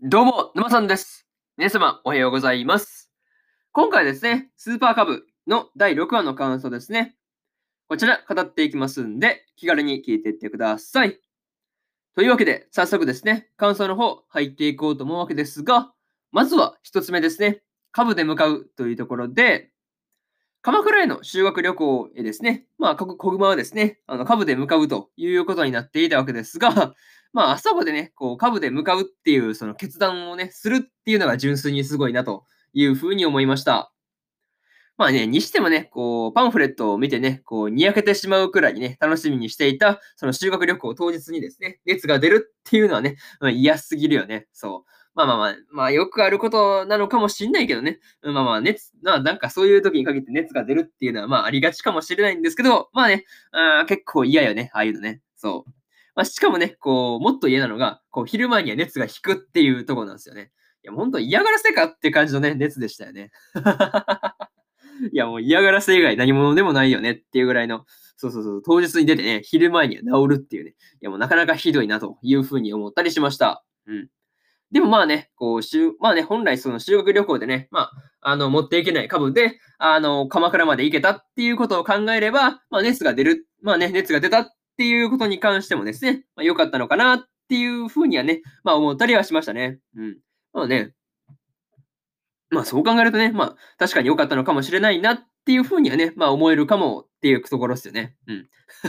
どうも、沼さんです。皆様、おはようございます。今回ですね、スーパーカブの第6話の感想ですね。こちら、語っていきますんで、気軽に聞いていってください。というわけで、早速ですね、感想の方、入っていこうと思うわけですが、まずは一つ目ですね、カブで向かうというところで、鎌倉への修学旅行へですね、子熊はですね、カブで向かうということになっていたわけですが、朝までね、カブで向かうっていうその決断をね、するっていうのが純粋にすごいなというふうに思いました。にしてもね、パンフレットを見てね、にやけてしまうくらいにね、楽しみにしていた、その修学旅行当日にですね、熱が出るっていうのはね、嫌すぎるよね。そう。よくあることなのかもしんないけどね。なんかそういう時に限って熱が出るっていうのは、ありがちかもしれないんですけど、結構嫌よね、ああいうのね。そう。しかもね、もっと嫌なのが、昼前には熱が引くっていうところなんですよね。いや、ほんと嫌がらせかって感じのね、熱でしたよね。いや、もう嫌がらせ以外何者でもないよねっていうぐらいの、当日に出てね、昼前には治るっていうね、いやもうなかなかひどいなというふうに思ったりしました。うん。でも本来その修学旅行でね、持っていけない株で、鎌倉まで行けたっていうことを考えれば、熱が出たっていうことに関してもですね、良かったのかなっていうふうにはね、思ったりはしましたね。うん。まあね、そう考えるとね、確かに良かったのかもしれないなっていう風にはね、思えるかもっていうところっすよね。うん。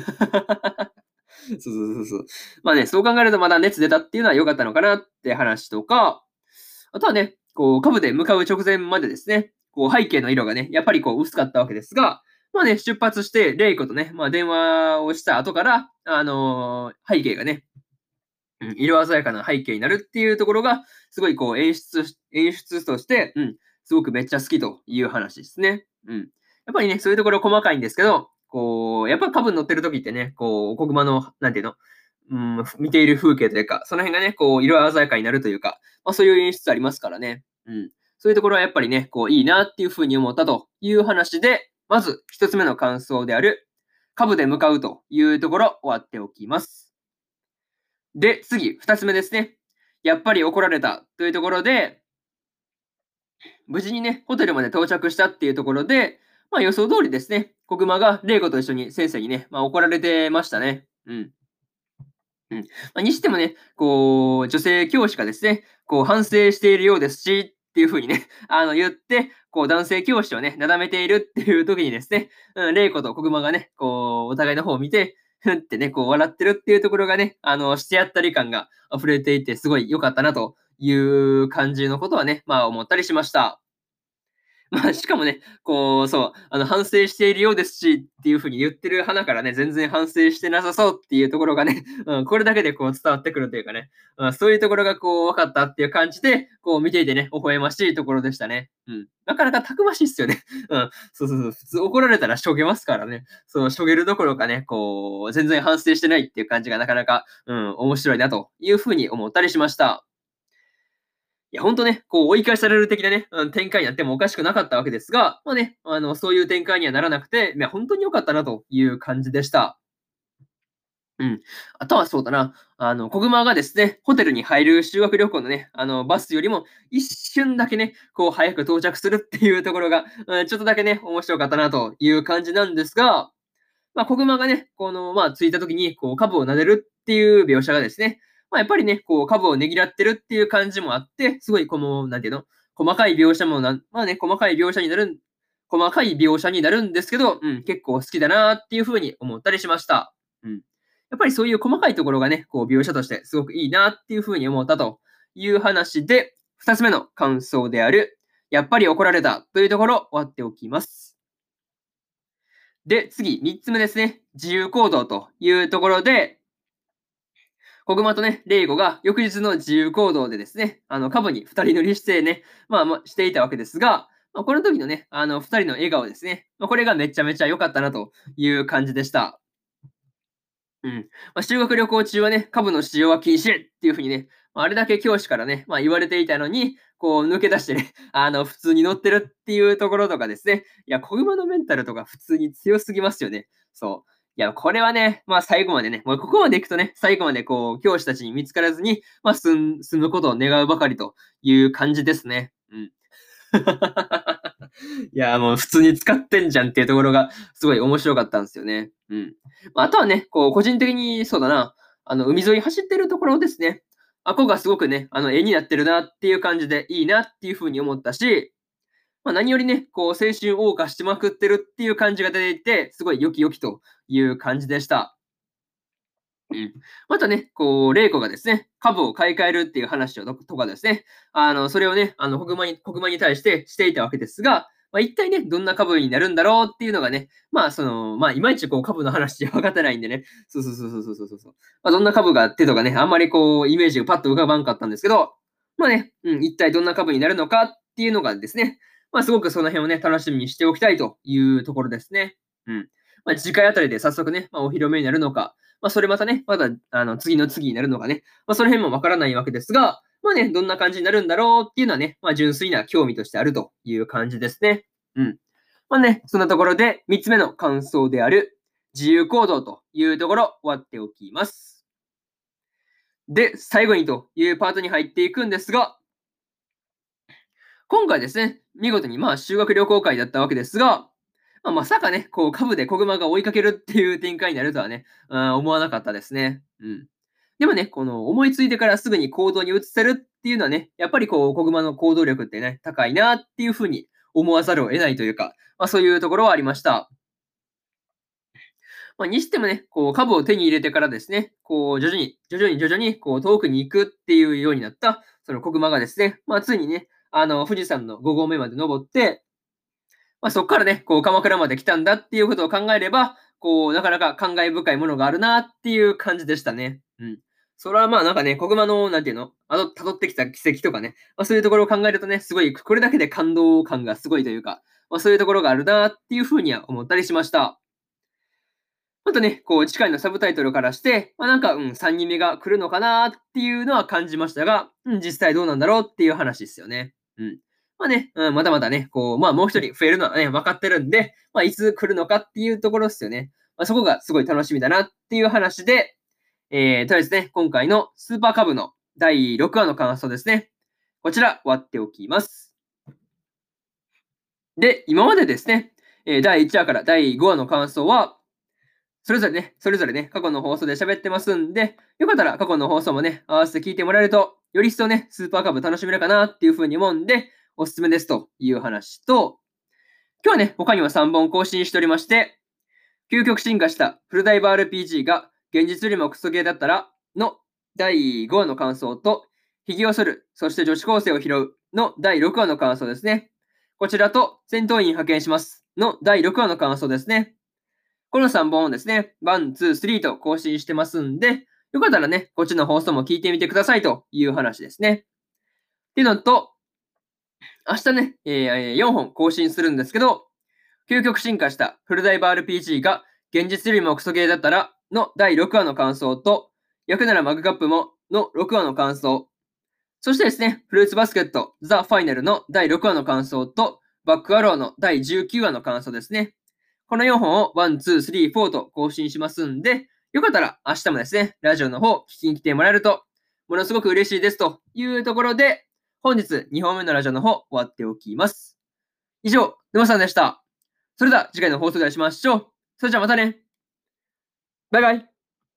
そう。そう考えるとまだ熱出たっていうのは良かったのかなって話とか、あとはね、カブで向かう直前までですね、背景の色がね、やっぱり薄かったわけですが、出発して、レイコとね、電話をした後から、背景がね、色鮮やかな背景になるっていうところが、すごい演出として、すごくめっちゃ好きという話ですね。うん。やっぱりね、そういうところ細かいんですけど、やっぱ株に乗ってる時ってね、子熊の、なんていうの、見ている風景というか、その辺がね、色鮮やかになるというか、そういう演出ありますからね。うん。そういうところはやっぱりね、いいなっていうふうに思ったという話で、まず一つ目の感想である、株で向かうというところ終わっておきます。で、次、二つ目ですね。やっぱり怒られたというところで、無事にね、ホテルまで到着したっていうところで、予想通りですね、子熊が玲子と一緒に先生にね、怒られてましたね。うん。うん。にしてもね、女性教師がですね、反省しているようですし、っていう風にね、言って、男性教師をね、なだめているっていう時にですね、玲子と子熊がね、お互いの方を見て、ふんってね、笑ってるっていうところがね、してやったり感が溢れていて、すごい良かったなという感じのことはね、思ったりしました。しかもね、反省しているようですしっていう風に言ってる花からね、全然反省してなさそうっていうところがね、これだけで伝わってくるというかね、そういうところが分かったっていう感じで、見ていてね、微笑ましいところでしたね。うん。なかなかたくましいっすよね。うん。普通怒られたらしょげますからね。しょげるどころかね、全然反省してないっていう感じがなかなか、面白いなという風に思ったりしました。いや、ほんとね、追い返される的なね、展開になってもおかしくなかったわけですが、そういう展開にはならなくて、いや、ほんとに良かったなという感じでした。うん。あとはそうだな、子熊がですね、ホテルに入る修学旅行のね、バスよりも一瞬だけね、早く到着するっていうところが、ちょっとだけね、面白かったなという感じなんですが、子熊がね、着いた時に、株を撫でるっていう描写がですね、やっぱりね、株をねぎらってるっていう感じもあって、すごいなんていうの、細かい描写も細かい描写になるんですけど、結構好きだなっていう風に思ったりしました。うん。やっぱりそういう細かいところがね、描写としてすごくいいなっていう風に思ったという話で、二つ目の感想である、やっぱり怒られたというところ終わっておきます。で、次、3つ目ですね。自由行動というところで、子熊とね、レイゴが翌日の自由行動でですね、カブに2人乗りしてね、していたわけですが、この時のね、2人の笑顔ですね。これがめちゃめちゃ良かったなという感じでした。うん。修学旅行中はね、株の使用は禁止っていう風にね、あれだけ教師からね、言われていたのに、抜け出してね、普通に乗ってるっていうところとかですね。いや、子馬のメンタルとか普通に強すぎますよね。そう。 いや、これはね、まあ、最後までね、もうここまで行くとね、最後までこう、教師たちに見つからずに、まあ、済むことを願うばかりという感じですね。うん。いや、もう普通に使ってんじゃんっていうところがすごい面白かったんですよね。うん。まあ、あとはね、こう、個人的にそうだな、海沿い走ってるところですね。あこがすごくね、絵になってるなっていう感じでいいなっていう風に思ったし、まあ、何よりね、こう、青春謳歌してまくってるっていう感じが出ていて、すごい良き良きという感じでした。うん。またね、こう、玲子がですね、株を買い替えるっていう話をとかですね、それをね、国馬に対してしていたわけですが、まあ、一体ね、どんな株になるんだろうっていうのがね、まあ、まあ、いまいちこう、株の話じゃ分かってないんでね、そう。まあ、どんな株があってとかね、あんまりこう、イメージがパッと浮かばんかったんですけど、まあね、一体どんな株になるのかっていうのがですね、まあ、すごくその辺をね、楽しみにしておきたいというところですね。うん。まあ、次回あたりで早速ね、まあ、お披露目になるのか、まあ、それまたね、まだ、次の次になるのかね、まあ、その辺もわからないわけですが、まあね、どんな感じになるんだろうっていうのはね、まあ、純粋な興味としてあるという感じですね。うん。まあね、そんなところで、3つ目の感想である、自由行動というところ、終わっておきます。で、最後にというパートに入っていくんですが、今回ですね、見事にまあ修学旅行会だったわけですが、まあ、まさかね、こう、株で子熊が追いかけるっていう展開になるとはね、思わなかったですね。うん。でもね、この思いついてからすぐに行動に移せるっていうのはね、やっぱりこう、子熊の行動力ってね、高いなっていうふうに思わざるを得ないというか、まあそういうところはありました。まあ、にしてもね、こう、株を手に入れてからですね、こう、徐々に、こう、遠くに行くっていうようになった、その子熊がですね、まあ、ついにね、富士山の5合目まで登って、まあ、そこからね、こう、鎌倉まで来たんだっていうことを考えれば、こう、なかなか感慨深いものがあるなっていう感じでしたね。うん。それはまあなんかね、子熊の、なんていうの、辿ってきた軌跡とかね、まあ、そういうところを考えるとね、すごい、これだけで感動感がすごいというか、まあ、そういうところがあるなっていうふうには思ったりしました。またね、こう次回のサブタイトルからして、まあ、なんか、3人目が来るのかなっていうのは感じましたが、実際どうなんだろうっていう話ですよね。うん。まあね、まだまだね、こう、まあもう一人増えるのはね、分かってるんで、まあいつ来るのかっていうところですよね。まあ、そこがすごい楽しみだなっていう話で、とりあえずね、今回のスーパーカブの第6話の感想ですね。こちら、割っておきます。で、今までですね、第1話から第5話の感想は、それぞれね、過去の放送で喋ってますんで、よかったら過去の放送もね、合わせて聞いてもらえると、より一層ね、スーパーカブ楽しめるかなっていう風に思うんで、おすすめですという話と、今日はね、他にも3本更新しておりまして、究極進化したフルダイバー RPG が現実よりもクソゲーだったらの第5話の感想と、ひげを剃る、そして女子高生を拾うの第6話の感想ですね。こちらと戦闘員派遣しますの第6話の感想ですね。この3本をですね、1、2、3と更新してますんで、よかったらね、こっちの放送も聞いてみてくださいという話ですね。っていうのと、明日ね、4本更新するんですけど、究極進化したフルダイバー RPG が現実よりもクソゲーだったらの第6話の感想と、焼くならマグカップもの6話の感想、そしてですね、フルーツバスケットザ・ファイナルの第6話の感想と、バックアローの第19話の感想ですね。この4本を1、2、3、4と更新しますんで、よかったら明日もですね、ラジオの方聞きに来てもらえると、ものすごく嬉しいですというところで、本日2本目のラジオの方終わっておきます。以上、沼さんでした。それでは次回の放送でお会いしましょう。それじゃあまたね。バイバイ。